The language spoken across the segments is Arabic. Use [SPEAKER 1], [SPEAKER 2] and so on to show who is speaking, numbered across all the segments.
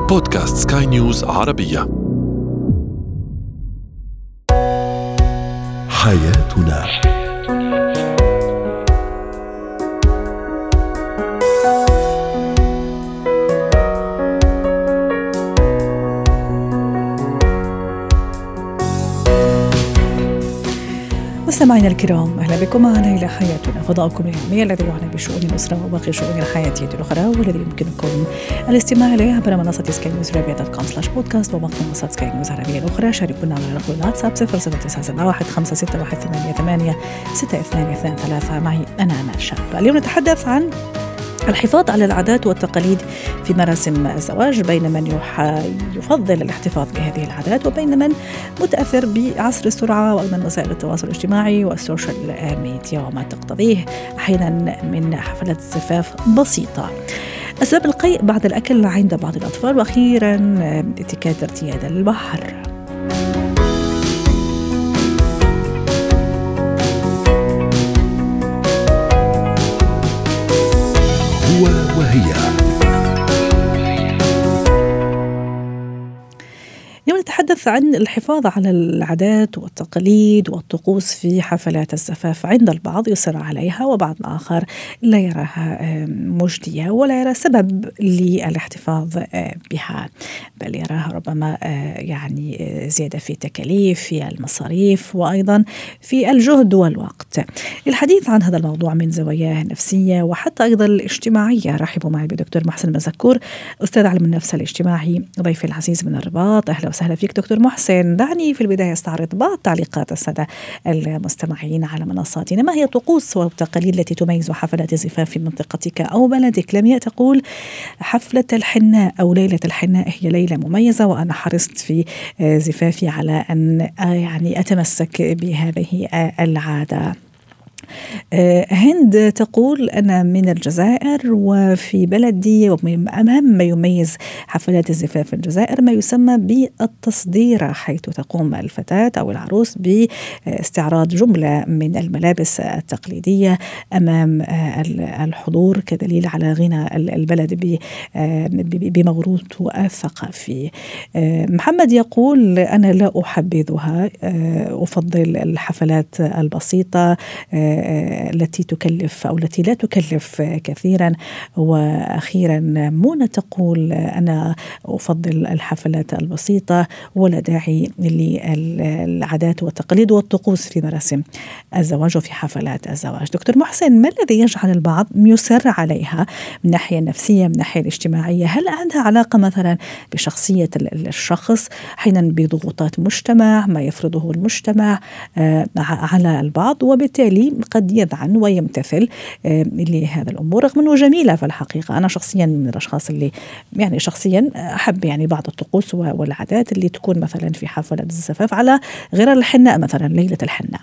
[SPEAKER 1] بودكاست سكاي نيوز عربية. حياتنا.
[SPEAKER 2] مستمعينا الكرام، أهلا بكم معنا إلى حياتنا، فضاؤكم اليومي الذي يعنى بشؤون الأسرة وباقي الشؤون الحياتية الأخرى، والذي يمكنكم الاستماع إليه عبر منصة سكاي نيوز arabia.com/podcast وباقي منصات سكاي نيوز عربية الأخرى. شاركونا على رقم الواتساب 0097156886223 معي أنا أمال شاب. اليوم نتحدث عن الحفاظ على العادات والتقاليد في مراسم الزواج، بين من يفضل الاحتفاظ بهذه العادات وبين من متأثر بعصر السرعة وأيضا وسائل التواصل الاجتماعي والسوشيال ميديا وما تقتضيه أحيانا من حفلات الزفاف بسيطة. أسباب القيء بعد الأكل عند بعض الأطفال، وأخيرا اتكاد ارتياد البحر.
[SPEAKER 1] وهي
[SPEAKER 2] اليوم نتحدث عن الحفاظ على العادات والتقاليد والطقوس في حفلات الزفاف. عند البعض يصر عليها وبعض الآخر لا يراها مجدية ولا يرى سبب للاحتفاظ بها، بل يراها ربما يعني زيادة في تكاليف، في المصاريف، وأيضا في الجهد والوقت. الحديث عن هذا الموضوع من زواياه النفسية وحتى أيضا الاجتماعية، رحبوا معي بدكتور محسن مزكور، أستاذ علم النفس الاجتماعي، ضيفي العزيز من الرباط. أهلا وسهلا فيك دكتور محسن. دعني في البداية استعرض بعض تعليقات السادة المستمعين على منصاتنا. ما هي طقوس والتقاليد التي تميز حفلات الزفاف في منطقتك أو بلدك؟ لمياء تقول حفلة الحناء أو ليلة الحناء هي ليلة مميزة، وأنا حرصت في زفافي على أن يعني أتمسك بهذه العادة. هند تقول أنا من الجزائر، وفي بلدي ومن أهم ما يميز حفلات الزفاف في الجزائر ما يسمى بالتصديرة، حيث تقوم الفتاة أو العروس باستعراض جملة من الملابس التقليدية أمام الحضور كدليل على غنى البلد بموروثه الثقافي. محمد يقول أنا لا أحبذها، أفضل الحفلات البسيطة التي تكلف أو التي لا تكلف كثيرا. وأخيرا منى تقول أنا أفضل الحفلات البسيطة ولا داعي للعادات والتقاليد والطقوس في مراسم الزواج وفي حفلات الزواج. دكتور محسن، ما الذي يجعل البعض يصر عليها من الناحية النفسية، من الناحية الاجتماعية؟ هل عندها علاقة مثلا بشخصية الشخص، حينا بضغوطات مجتمع، ما يفرضه المجتمع على البعض، وبالتالي قد يذعن ويمتثل لهذا الأمور رغم أنه جميلة في الحقيقة؟ أنا شخصيا من الأشخاص اللي يعني شخصيا أحب يعني بعض الطقوس والعادات اللي تكون مثلا في حفلة الزفاف على غير الحناء، مثلا ليلة الحناء.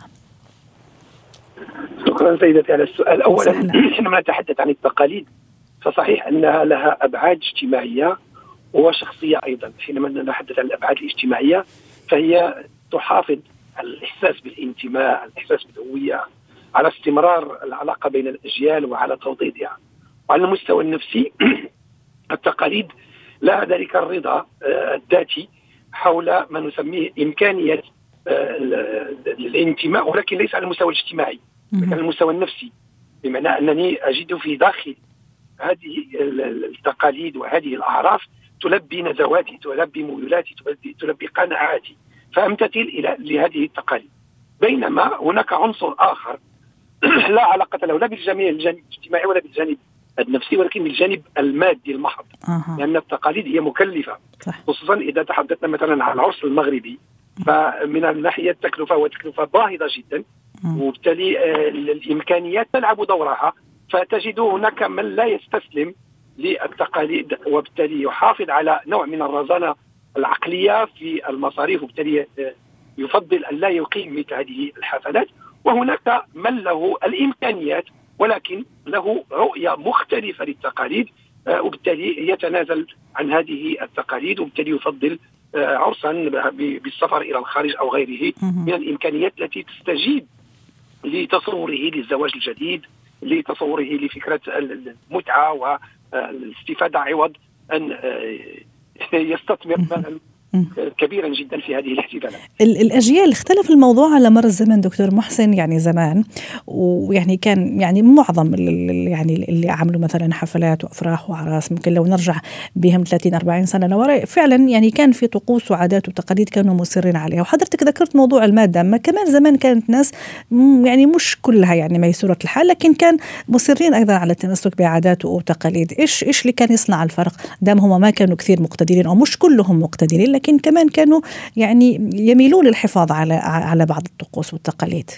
[SPEAKER 3] شكرا سيدتي على السؤال. أولا حينما نتحدث عن التقاليد فصحيح أنها لها أبعاد اجتماعية وشخصية أيضا. حينما نتحدث عن الأبعاد الاجتماعية فهي تحافظ على الإحساس بالانتماء، الإحساس بالهوية، على استمرار العلاقة بين الأجيال وعلى توطيدها. وعلى المستوى النفسي التقاليد لها ذلك الرضا الذاتي حول ما نسميه إمكانية الانتماء، ولكن ليس على المستوى الاجتماعي، لكن على المستوى النفسي، بمعنى أنني أجد في داخل هذه التقاليد وهذه الأعراف تلبي نزواتي، تلبي ميولاتي، تلبي قناعاتي، فأمتثل لهذه التقاليد. بينما هناك عنصر آخر لا علاقة له لا بالجانب الاجتماعي ولا بالجانب النفسي، ولكن بالجانب المادي المحض. لأن التقاليد هي مكلفة، خصوصا إذا تحدثنا مثلا عن العرس المغربي، فمن الناحية التكلفة وتكلفة باهظة جدا، وبالتالي الإمكانيات تلعب دورها. فتجد هناك من لا يستسلم للتقاليد، وبالتالي يحافظ على نوع من الرزانة العقلية في المصاريف، وبالتالي يفضل أن لا يقيم مثل هذه الحفلات. وهناك من له الإمكانيات ولكن له رؤية مختلفة للتقاليد، وبالتالي يتنازل عن هذه التقاليد، وبالتالي يفضل عرسا بالسفر إلى الخارج أو غيره من الإمكانيات التي تستجيب لتصوره للزواج الجديد، لتصوره لفكرة المتعة والاستفادة عوض أن يستثمر مالا كبيرا جدا في هذه الاحتفالات.
[SPEAKER 2] الأجيال اختلف الموضوع على مر الزمن دكتور محسن، يعني زمان ويعني كان يعني معظم اللي عملوا مثلا حفلات وأفراح وأعراس، ممكن لو نرجع بهم 30-40 سنة لوراء فعلا يعني كان في طقوس وعادات وتقاليد كانوا مصرين عليها. وحضرتك ذكرت موضوع المادة، ما كمان زمان كانت ناس يعني مش كلها يعني ميسورة الحال، لكن كان مصرين أيضا على التمسك بعادات وتقاليد. إيش اللي كان يصنع الفرق؟ دام هم ما كانوا كثير مقتدرين أو مش كلهم مقتدرين، لكن كمان كانوا يعني يميلون للحفاظ على بعض الطقوس والتقاليد.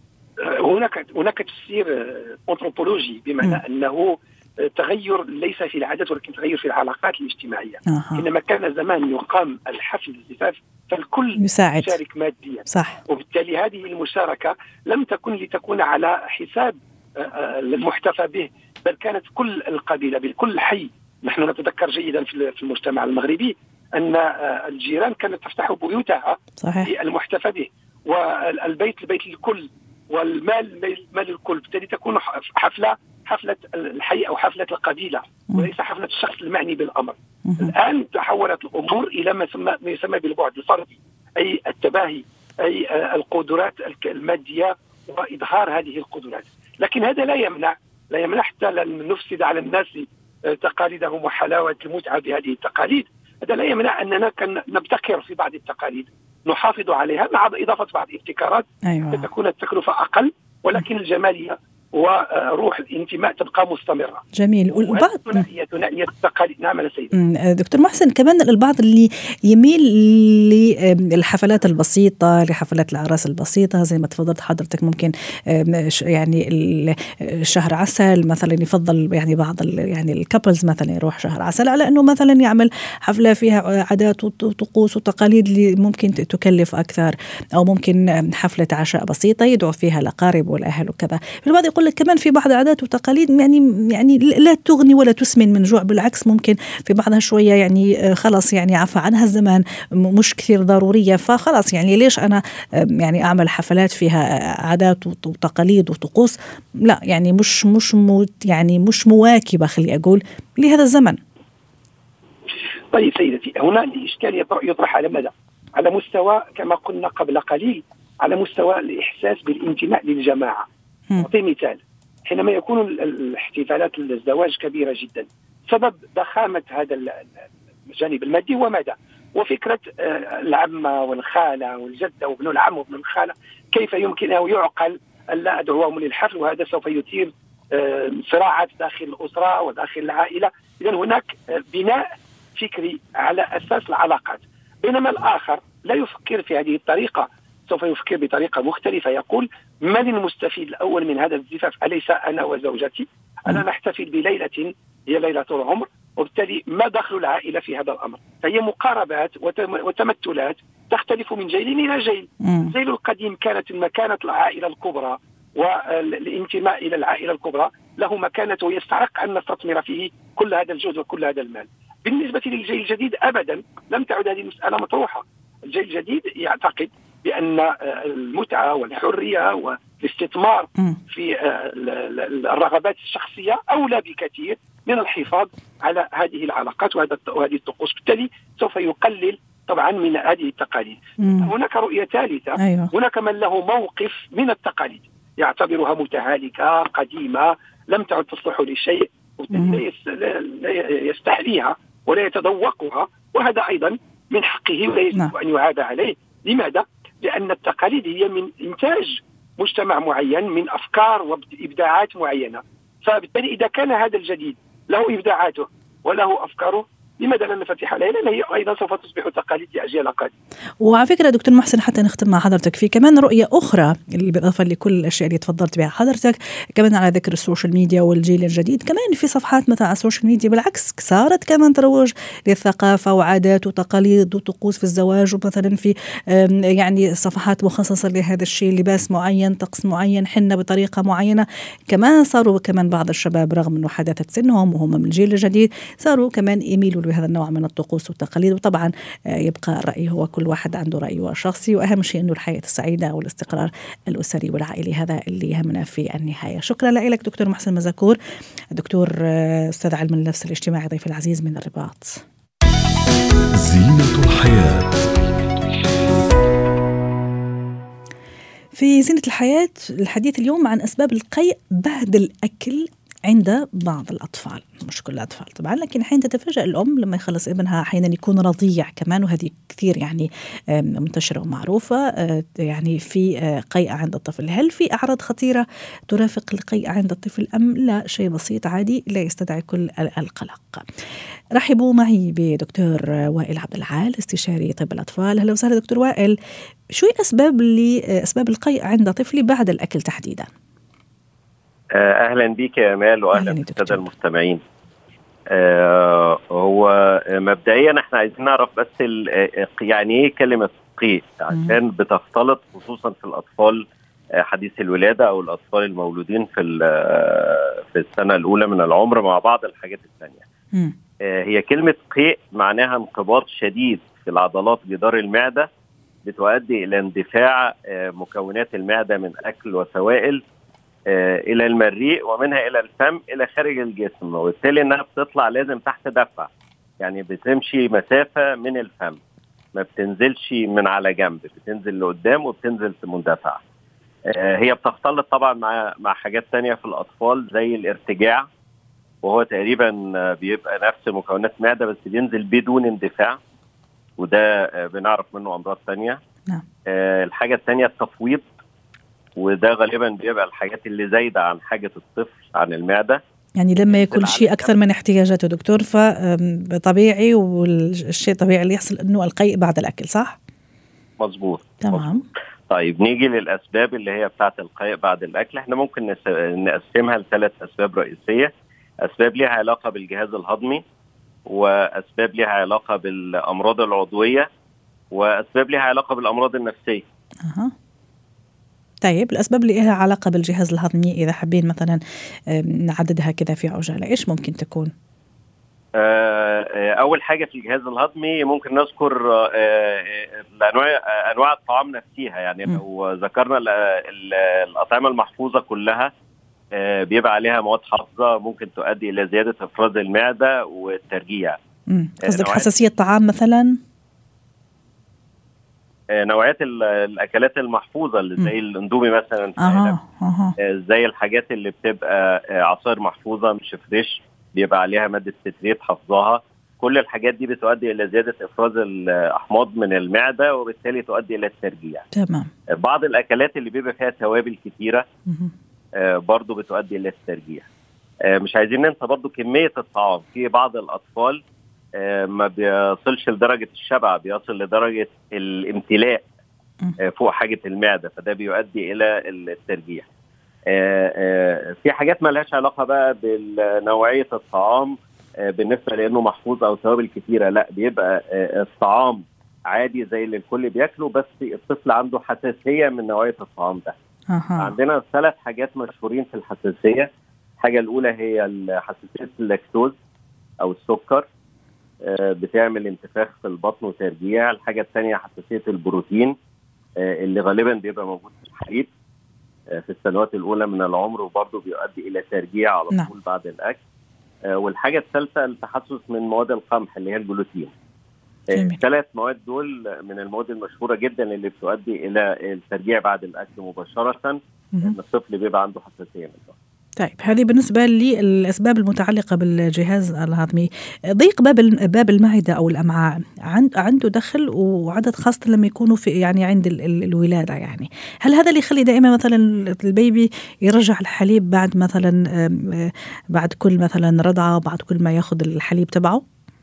[SPEAKER 3] هناك تفسير أنثروبولوجي، بمعنى أنه تغير ليس في العادات ولكن تغير في العلاقات الاجتماعية. حينما كان زمان يقام الحفل الزفاف فالكل يشارك ماديا،
[SPEAKER 2] صح.
[SPEAKER 3] وبالتالي هذه المشاركة لم تكن لتكون على حساب المحتفى به، بل كانت كل القبيلة بكل حي. نحن نتذكر جيدا في المجتمع المغربي أن الجيران كانت تفتح بيوتها للمحتفى به، والبيت البيت للكل، والمال مال الكل. بالتالي تكون حفلة الحي أو حفلة القبيلة وليس حفلة الشخص المعني بالأمر. الآن تحولت الأمور إلى ما يسمى بالبعد الفردي، أي التباهي، أي القدرات المادية وإظهار هذه القدرات. لكن هذا لا يمنع حتى لن نفسد على الناس تقاليدهم وحلاوة المتعة بهذه التقاليد. هذا لا يمنع أننا نبتكر في بعض التقاليد، نحافظ عليها مع إضافة بعض الابتكارات. تكون التكلفة أقل، ولكن الجمالية وروح الانتماء تبقى مستمرة.
[SPEAKER 2] جميل. والبعض
[SPEAKER 3] ثنائية التقاليد. نعم سيدي.
[SPEAKER 2] دكتور محسن، كمان البعض اللي يميل للحفلات البسيطة، لحفلات الأعراس البسيطة زي ما تفضلت حضرتك، ممكن يعني شهر عسل مثلا يفضل يعني بعض يعني الكابلز مثلا يروح شهر عسل على أنه مثلا يعمل حفلة فيها عادات وطقوس وتقاليد اللي ممكن تكلف أكثر، أو ممكن حفلة عشاء بسيطة يدعو فيها الأقارب والأهل وكذا. البعض يقول لك كمان في بعض العادات وتقاليد يعني لا تغني ولا تسمن من جوع، بالعكس ممكن في بعضها شوية يعني خلاص يعني عفى عنها الزمان، مش كثير ضرورية، فخلاص يعني ليش أنا يعني أعمل حفلات فيها عادات وتقاليد وطقوس لا يعني مش مواكبة خلي أقول لهذا الزمن.
[SPEAKER 3] طيب سيدتي، هنا الإشكال يطرح على ماذا؟ على مستوى كما قلنا قبل قليل، على مستوى الإحساس بالانتماء للجماعة. أعطي مثال، حينما يكون الاحتفالات الزواج كبيرة جدا، سبب ضخامة هذا الجانب المادي وماذا؟ وفكرة العمة والخالة والجدة وابن العم وابن الخالة، كيف يمكنه يعقل ألا أدعوهم للحفل؟ وهذا سوف يثير صراعات داخل الأسرة وداخل العائلة. إذن هناك بناء فكري على أساس العلاقات، بينما الآخر لا يفكر في هذه الطريقة، سوف يفكر بطريقة مختلفة، يقول من المستفيد الأول من هذا الزفاف؟ أليس أنا وزوجتي؟ أنا نحتفل بليلة هي ليلة العمر، وبالتالي ما دخل العائلة في هذا الأمر؟ فهي مقاربات وتمثلات تختلف من جيل إلى جيل. الجيل القديم كانت المكانة العائلة الكبرى والانتماء إلى العائلة الكبرى له مكانته، يستحق أن نستثمر فيه كل هذا الجهد وكل هذا المال. بالنسبة للجيل الجديد أبدا لم تعد هذه المسألة مطروحة. الجيل الجديد يعتقد بأن المتعة والحرية والاستثمار في الرغبات الشخصية أولى بكثير من الحفاظ على هذه العلاقات وهذه الطقوس. بالتالي سوف يقلل طبعا من هذه التقاليد. هناك رؤية ثالثة. هناك من له موقف من التقاليد يعتبرها متهالكة قديمة لم تعد تصلح لشيء، لا يستحليها ولا يتذوقها، وهذا أيضا من حقه ولا يجب أن يعاب عليه. لماذا؟ لأن التقاليد هي من إنتاج مجتمع معين من أفكار وإبداعات معينة، فبالتالي إذا كان هذا الجديد له إبداعاته وله أفكاره، لماذا لا نفتح عليها؟ لأن هي أيضا سوف تصبح تقاليد لأجيال قادمة.
[SPEAKER 2] وعلى فكرة دكتور محسن، حتى نختم مع حضرتك في كمان رؤية أخرى اللي بالإضافة لكل الأشياء اللي تفضلت بها حضرتك، كمان على ذكر السوشيال ميديا والجيل الجديد، كمان في صفحات مثلا على السوشيال ميديا بالعكس صارت كمان تروج للثقافة وعادات وتقاليد وطقوس في الزواج، ومثلا في يعني صفحات مخصصة لهذا الشيء، لباس معين، طقس معين، حنة بطريقة معينة. كمان صاروا كمان بعض الشباب رغم أنه حدثت سنهم وهم من الجيل الجديد صاروا كمان يميلوا بهذا النوع من الطقوس والتقاليد. وطبعا يبقى الرأي هو كل واحد عنده رأيه الشخصي، وأهم شيء أنه الحياة السعيدة والاستقرار الأسري والعائلي، هذا اللي يهمنا في النهاية. شكرا لك دكتور محسن مزاكور، دكتور أستاذ علم النفس الاجتماعي، ضيف العزيز من الرباط. في زينة الحياة الحديث اليوم عن أسباب القيء بعد الأكل عند بعض الأطفال، مش كل الأطفال طبعا، لكن حين تتفاجأ الأم لما يخلص ابنها أحيانا يكون رضيع كمان، وهذه كثير يعني منتشرة ومعروفة، يعني في قيء عند الطفل. هل في أعراض خطيرة ترافق القيء عند الطفل أم لا شيء بسيط عادي لا يستدعي كل القلق؟ رحبوا معي بدكتور وائل عبد العال، استشاري طب الأطفال. هلا وسهلا دكتور وائل. شو أسباب القيء عند طفلي بعد الأكل تحديدا؟
[SPEAKER 4] أهلا بك يا أمال، وأهلا بالسادة المستمعين. هو مبدئيا احنا عايزين نعرف بس يعني ايه كلمة قيء، عشان بتختلط خصوصا في الأطفال حديث الولادة أو الأطفال المولودين في السنة الأولى من العمر مع بعض الحاجات الثانية. هي كلمة قيء معناها انقباض شديد في العضلات جدار المعدة، بتؤدي إلى اندفاع مكونات المعدة من أكل وسوائل إلى المريء ومنها إلى الفم إلى خارج الجسم، وبالتالي إنها بتطلع لازم تحت دفع، يعني بتمشي مسافة من الفم، ما بتنزلش من على جنب، بتنزل لقدام وبتنزل مندفعة. هي بتختلط طبعا مع حاجات تانية في الأطفال زي الارتجاع، وهو تقريبا بيبقى نفس مكونات معدة بس بينزل بدون اندفاع، وده بنعرف منه أمراض تانية. الحاجة التانية التفويض، وده غالبا بيبقى الحاجات اللي زايدة عن حاجة الطفل عن المعدة،
[SPEAKER 2] يعني لما يكون شيء أكثر من احتياجاته دكتور، فطبيعي والشيء طبيعي اللي يحصل إنه القيء بعد الأكل، صح؟
[SPEAKER 4] مظبوط.
[SPEAKER 2] تمام.
[SPEAKER 4] طيب نيجي للأسباب اللي هي بتاعة القيء بعد الأكل. احنا ممكن نقسمها ل3 أسباب رئيسية. أسباب لها علاقة بالجهاز الهضمي، وأسباب لها علاقة بالأمراض العضوية، وأسباب لها علاقة بالأمراض النفسية.
[SPEAKER 2] طيب الأسباب اللي لها علاقة بالجهاز الهضمي إذا حابين مثلا نعددها كذا في عجالة، إيش ممكن تكون؟
[SPEAKER 4] أول حاجة في الجهاز الهضمي ممكن نذكر أنواع الطعام نفسها. يعني لو ذكرنا الأطعمة المحفوظة كلها بيبقى عليها مواد حافظة ممكن تؤدي إلى زيادة إفراز المعدة والترجيع.
[SPEAKER 2] قصدك حساسية طعام مثلا؟
[SPEAKER 4] نوعيات الأكلات المحفوظة اللي زي الاندومي مثلا، زي الحاجات اللي بتبقى عصائر محفوظة مش فريش بيبقى عليها مادة ستريت حفظها. كل الحاجات دي بتؤدي إلى زيادة إفراز الأحماض من المعدة وبالتالي تؤدي إلى الترجيع.
[SPEAKER 2] تمام.
[SPEAKER 4] بعض الأكلات اللي بيبقى فيها توابل كتيرة برضو بتؤدي إلى الترجيع. مش عايزين ننسى برضو كمية الطعام. في بعض الأطفال ما بيصلش لدرجة الشبع، بيصل لدرجة الامتلاء فوق حاجة المعدة، فده بيؤدي إلى الترجيع. في حاجات ما لهاش علاقة بقى بنوعية الطعام بالنسبة لأنه محفوظ أو توابل كتيرة، لا بيبقى الطعام عادي زي اللي الكل بياكله، بس الطفل عنده حساسية من نوعية الطعام ده. عندنا 3 حاجات مشهورين في الحساسية. الحاجة الأولى هي حساسية اللاكتوز أو السكر، بتعمل انتفاخ في البطن وترجيع. الحاجة الثانية حساسية البروتين اللي غالبا بيبقى موجود في الحليب في السنوات الأولى من العمر، وبرضه بيؤدي إلى ترجيع على طول بعد الأكل. والحاجة الثالثة التحسس من مواد القمح اللي هي الجلوتين. ال3 مواد دول من المواد المشهورة جدا اللي بتؤدي إلى الترجيع بعد الأكل مباشرة، إن الطفل بيبقى عنده حساسية منه.
[SPEAKER 2] طيب هذه بالنسبة للأسباب المتعلقة بالجهاز الهضمي. ضيق باب المعدة أو الأمعاء عنده دخل، وعدد خاصة لما يكونوا في يعني عند الولادة، يعني هل هذا اللي يخلي دائما مثلا البيبي يرجع الحليب بعد مثلا بعد كل مثلا رضعة، بعد كل ما ياخذ الحليب تبعه؟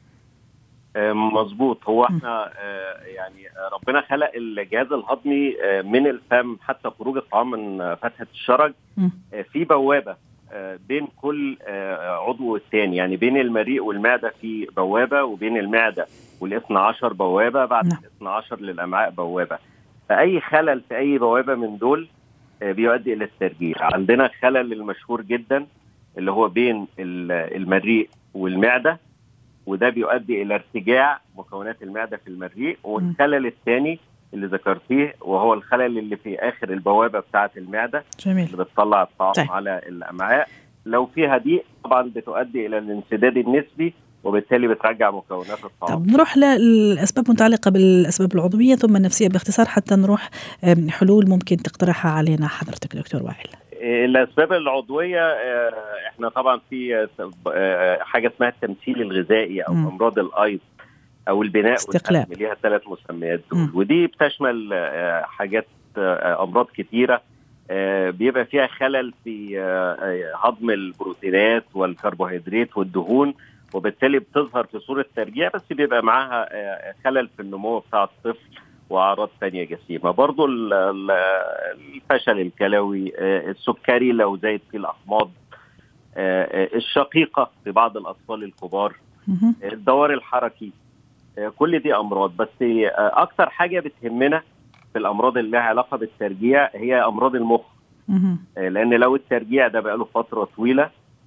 [SPEAKER 4] مظبوط. هو احنا يعني ربنا خلق الجهاز الهضمي من الفم حتى خروج الطعام من فتحة الشرج في بوابة بين كل عضو والثاني، يعني بين المريء والمعدة في بوابة، وبين المعدة وال12 بوابة، بعد ال12 للأمعاء بوابة. فأي خلل في أي بوابة من دول بيؤدي إلى الترجيع. عندنا خلل المشهور جدا اللي هو بين المريء والمعدة، وده بيؤدي إلى ارتجاع مكونات المعدة في المريء. والخلل الثاني اللي ذكرتيه وهو الخلل اللي في آخر البوابة بتاعة المعدة.
[SPEAKER 2] جميل.
[SPEAKER 4] اللي بتطلع الطعام على الأمعاء. لو فيها ضيق طبعا بتؤدي إلى الانسداد النسبي وبالتالي بترجع مكونات الطعام.
[SPEAKER 2] طب نروح للأسباب متعلقة بالأسباب العضوية ثم النفسية باختصار حتى نروح حلول ممكن تقترحها علينا حضرتك دكتور وائل.
[SPEAKER 4] الأسباب العضوية احنا طبعا في حاجة اسمها التمثيل الغذائي أو أمراض الأيض أو البناء
[SPEAKER 2] استقلاب،
[SPEAKER 4] ليها 3 مسميات دول. ودي بتشمل حاجات أمراض كتيرة بيبقى فيها خلل في هضم البروتينات والكربوهيدرات والدهون، وبالتالي بتظهر في صورة ترجيع، بس بيبقى معاها خلل في النمو بتاع الطفل وأعراض تانية جسيمة. برضو الفشل الكلوي، السكري لو زايد في الأحماض، الشقيقة في بعض الأطفال الكبار، الدوار الحركي، كل دي أمراض. بس أكتر حاجة بتهمنا في الأمراض اللي لها علاقة بالترجيع هي أمراض المخ، لأن لو الترجيع ده بقاله فترة طويلة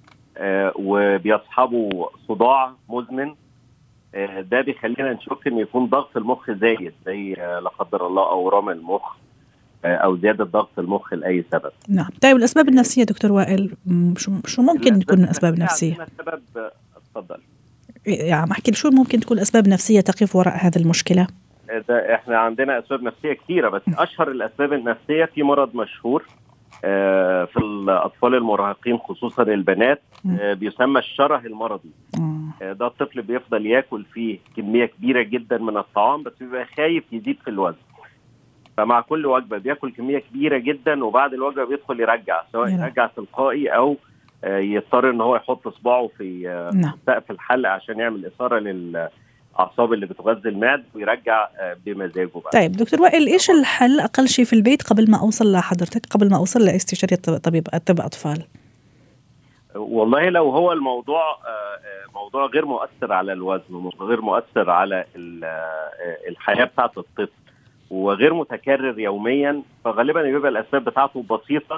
[SPEAKER 4] وبيصحبه صداع مزمن، ده بيخلينا نشوف إن يكون ضغط المخ زايد، زي لا قدر الله أورام المخ أو زيادة ضغط المخ لأي سبب.
[SPEAKER 2] نعم. طيب الأسباب النفسية دكتور وائل شو ممكن تكون الأسباب النفسية؟
[SPEAKER 4] سبب اتفضل.
[SPEAKER 2] يعني احكي شو ممكن تكون أسباب نفسية تقف وراء هذه المشكلة؟
[SPEAKER 4] ده احنا عندنا أسباب نفسية كثيرة، بس أشهر الأسباب النفسية في مرض مشهور في الأطفال المراهقين خصوصا البنات، بيسمى الشره المرضي. ده الطفل بيفضل ياكل فيه كمية كبيرة جدا من الطعام، بس بيبقى خايف يزيد في الوزن، فمع كل وجبة بياكل كمية كبيرة جدا، وبعد الوجبة بيدخل يرجع، سواء يرجع تلقائي أو يضطر ان هو يحط صباعه في سقف الحلق عشان يعمل إثارة للأعصاب اللي بتغذي المعدة ويرجع بمزاجه بقى.
[SPEAKER 2] طيب دكتور وائل، ايش الحل اقل شيء في البيت قبل ما اوصل لحضرتك، قبل ما اوصل لاستشارة طبيب اطفال؟
[SPEAKER 4] والله لو هو الموضوع موضوع غير مؤثر على الوزن وغير مؤثر على الحياة بتاعة الطفل وغير متكرر يوميا، فغالبا يبقى الأسباب بتاعته بسيطة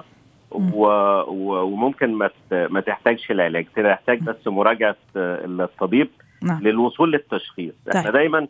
[SPEAKER 4] وممكن ما تحتاجش العلاج، تحتاج بس مراجعة الطبيب للوصول للتشخيص. احنا دايما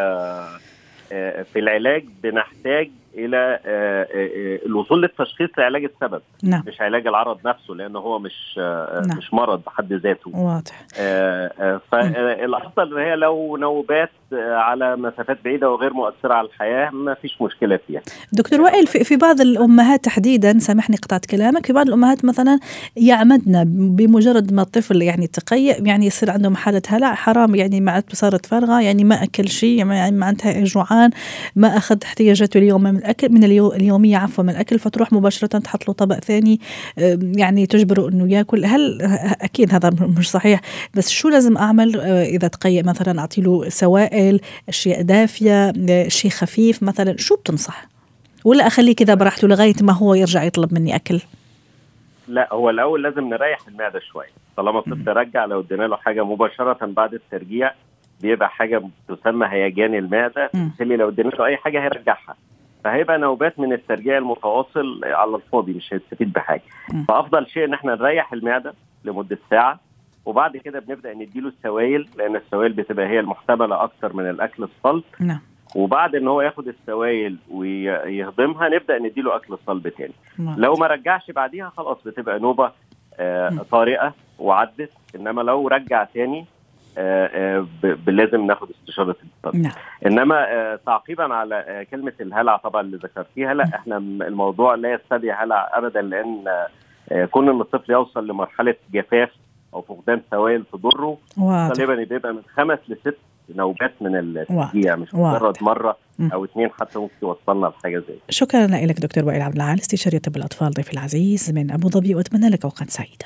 [SPEAKER 4] في العلاج بنحتاج الى الوصول للتشخيص لعلاج السبب، مش علاج العرض نفسه، لانه هو مش مرض بحد ذاته.
[SPEAKER 2] واضح.
[SPEAKER 4] فالافضل هي لو نوبات على مسافات بعيده وغير مؤثره على الحياه ما فيش مشكله فيها.
[SPEAKER 2] دكتور وائل، في بعض الامهات تحديدا، سامحني قطعت كلامك، في بعض الامهات مثلا يعمدنا بمجرد ما الطفل يعني تقيء يعني يصير عندهم حاله هلع، حرام يعني معدته صارت فارغه، يعني ما اكل شيء، يعني معناتها جوعان، ما اخذ احتياجاته اليوم من الأكل من اليومية من الأكل، فتروح مباشرة تحط له طبق ثاني يعني تجبره أنه يأكل. هل أكيد هذا مش صحيح، بس شو لازم أعمل إذا تقيء؟ مثلا أعطي له سوائل، أشياء دافية، شيء خفيف مثلا، شو بتنصح؟ ولا أخليه كذا براحته لغاية ما هو يرجع يطلب مني أكل؟
[SPEAKER 4] لا، هو الأول لازم نريح المعدة شوية. طالما الطفل رجع، لو ادينا له حاجة مباشرة بعد الترجيع بيبقى حاجة تسمى هيجان المعدة، اللي لو ادينا له أي حاجة هيرجعها، فهيبقى نوبات من الترجيع المتواصل على الفاضي، مش هيستفيد بحاجة. فأفضل شيء إن احنا نريح المعدة لمدة ساعة، وبعد كده بنبدأ نديله السوائل، لأن السوائل بتبقى هي المحتملة أكتر من الأكل الصلب. وبعد إن هو ياخد السوائل ويهضمها نبدأ نديله أكل صلب تاني. لو ما رجعش بعديها خلاص بتبقى نوبة طارئة وعدت، إنما لو رجع تاني لازم ناخد استشارة الطبيب. إنما تعقيبا على كلمة الهلع طبعا اللي ذكرتيها، لا احنا الموضوع لا يستدعي هلع أبدا، لأن كون إن الطفل يوصل لمرحلة جفاف أو فقدان سوائل تضره غالبا بيبقى من 5 ل6 نوبات من الترجيع، مش مجرد مرة أو 2 حتى ممكن يوصلنا لحاجة زي.
[SPEAKER 2] شكرا لك دكتور وائل عبد العال، استشاري طب الأطفال، ضيف العزيز من أبو ظبي، وأتمنى لك أوقات سعيدة.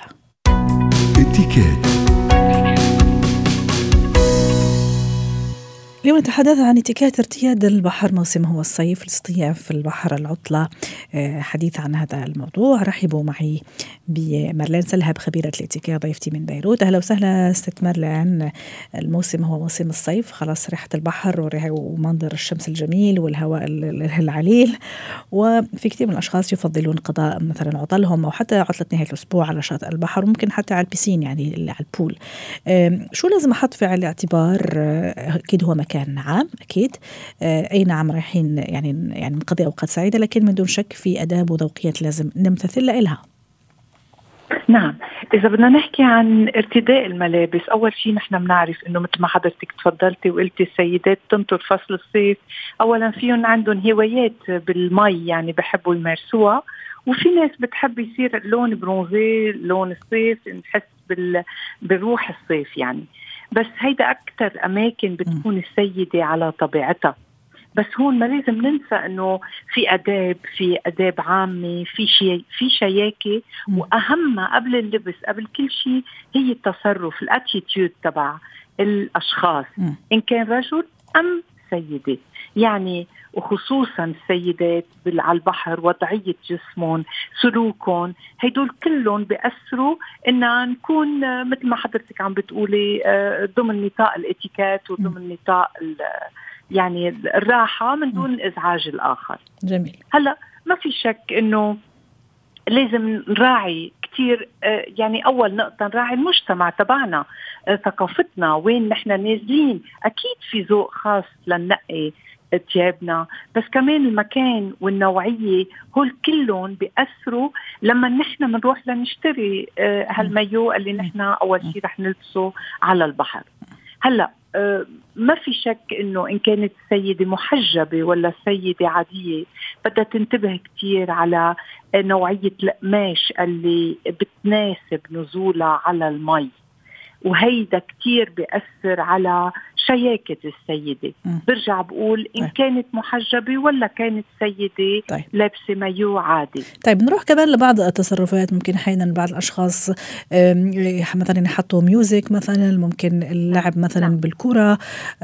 [SPEAKER 2] اليوم نتحدث عن اتكات ارتياد البحر، موسم هو الصيف، الاصطياف في البحر، العطلة. حديث عن هذا الموضوع رحبوا معي بمارلين سلهب، خبيرة الاتكاء، ضيفتي من بيروت. أهلا وسهلا ست مارلين. الموسم هو موسم الصيف، خلاص ريحة البحر ومنظر الشمس الجميل والهواء العليل، وفي كثير من الأشخاص يفضلون قضاء مثلا عطلهم أو حتى عطلة نهاية الأسبوع على شاطئ البحر، وممكن حتى على البسين، يعني على البول. شو لازم أحط في الاعتبار؟ أكيد هو مكان عام، أكيد أي نعم رايحين يعني نقضي أوقات سعيدة، لكن من دون شك في آداب وذوقيات لازم نمتثل لها.
[SPEAKER 5] نعم، إذا بدنا نحكي عن ارتداء الملابس، أول شيء نحن بنعرف إنه مثل ما حضرتك تفضلتي وقلتي السيدات تنطر فصل الصيف، أولا فيهم عندهم هوايات بالمي يعني بحبوا يمارسوها، وفي ناس بتحب يصير لون برونزي لون الصيف، نحس بالروح الصيف يعني. بس هيدا أكتر أماكن بتكون السيدة على طبيعتها. بس هون ما لازم ننسى انه في اداب عامه، في شياكه، واهم قبل اللبس قبل كل شيء هي التصرف، الاتيتيود تبع الاشخاص ان كان رجل ام سيده يعني، وخصوصا السيدات على البحر، وضعيه جسمهم، سلوكهم، هيدول كلهم بيأثروا ان نكون مثل ما حضرتك عم بتقولي ضمن نطاق الاتيكيت وضمن نطاق يعني الراحة من دون إزعاج الآخر.
[SPEAKER 2] جميل.
[SPEAKER 5] هلأ ما في شك إنه لازم نراعي كتير، يعني أول نقطة نراعي المجتمع تبعنا، ثقافتنا، وين نحن نازلين. أكيد في ذوق خاص لننقي ثيابنا، بس كمان المكان والنوعية هول كلهم بيأثروا لما نحن بنروح لنشتري هالمايو اللي نحن أول شيء رح نلبسه على البحر. هلأ ما في شك إنه إن كانت السيدة محجبة ولا السيدة عادية بدها تنتبه كتير على نوعية القماش اللي بتناسب نزولها على المي، وهيدا كتير بيأثر على شياكة السيدة. برجع بقول إن كانت محجبة ولا كانت سيدة لابسة مايو عادي.
[SPEAKER 2] طيب نروح كمان لبعض التصرفات. ممكن أحيانا بعض الأشخاص مثلا يحطوا ميوزك، مثلا ممكن اللعب مثلا بالكرة،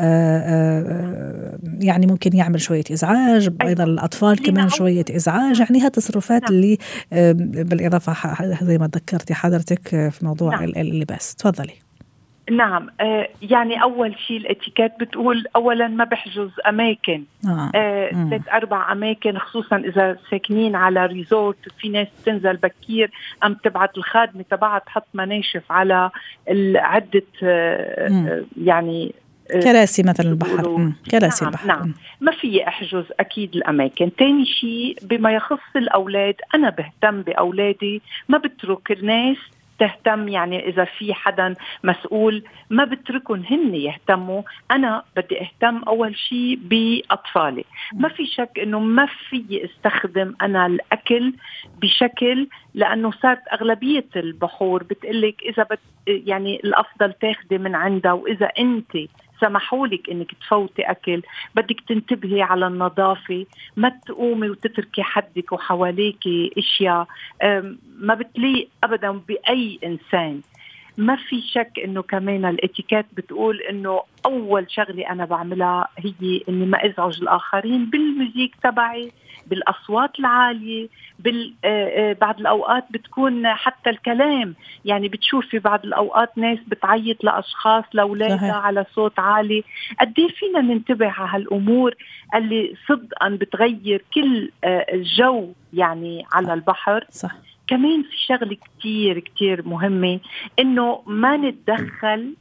[SPEAKER 2] يعني ممكن يعمل شوية إزعاج. أيضا الأطفال كمان شوية إزعاج. يعني هذه التصرفات اللي بالإضافة زي ما ذكرتي حضرتك في موضوع اللباس. تفضلي.
[SPEAKER 5] نعم، يعني أول شيء الاتيكيت بتقول أولا ما بحجز أماكن 3-4 أماكن، خصوصا إذا ساكنين على ريزورت. في ناس تنزل بكير أم تبعت الخادمة تبعها تحط مناشف على عدة يعني
[SPEAKER 2] كراسي مثلا البحر. كراسي البحر.
[SPEAKER 5] نعم، ما في أحجز أكيد الأماكن. تاني شيء بما يخص الأولاد، أنا بهتم بأولادي، ما بترك الناس تهتم. يعني إذا في حدا مسؤول ما بتركن هن يهتموا، أنا بدي أهتم أول شيء بأطفالي. ما في شك إنه ما في استخدم أنا الأكل بشكل، لأنه صارت أغلبية البحور بتقلك إذا يعني الأفضل تاخدي من عندها، وإذا أنت سمحولك انك تفوتي اكل بدك تنتبهي على النظافة، ما تقومي وتتركي حدك وحواليك اشياء ما بتليق ابدا باي انسان. ما في شك انه كمان الاتيكيت بتقول انه اول شغلة انا بعملها هي اني ما ازعج الاخرين بالموسيقى تبعي، بالاصوات العالية، بعض الاوقات بتكون حتى الكلام، يعني بتشوفي بعض الاوقات ناس بتعيط لاشخاص لاولادها على صوت عالي. قد ايه فينا ننتبه على هالامور اللي صدقا بتغير كل الجو يعني على البحر.
[SPEAKER 2] صح.
[SPEAKER 5] كمان في شغلة كتير كتير مهمة، إنه ما نتدخل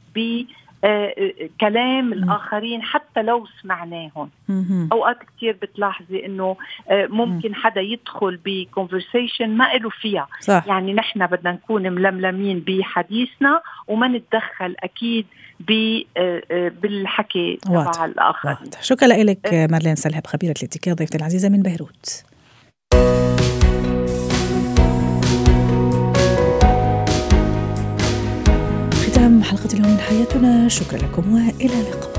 [SPEAKER 5] بكلام الآخرين حتى لو سمعناهم. أوقات كتير بتلاحظي إنه ممكن حدا يدخل بconversation ما إله فيها.
[SPEAKER 2] صح.
[SPEAKER 5] يعني نحن بدنا نكون ململمين بحديثنا وما نتدخل أكيد بالحكي تبع الآخرين.
[SPEAKER 2] شكرا لك مارلين سلهب، خبيرة الاتيكيت، ضيفتي العزيزة من بيروت. ختام حلقة اليوم من حياتنا. شكرا لكم وإلى اللقاء.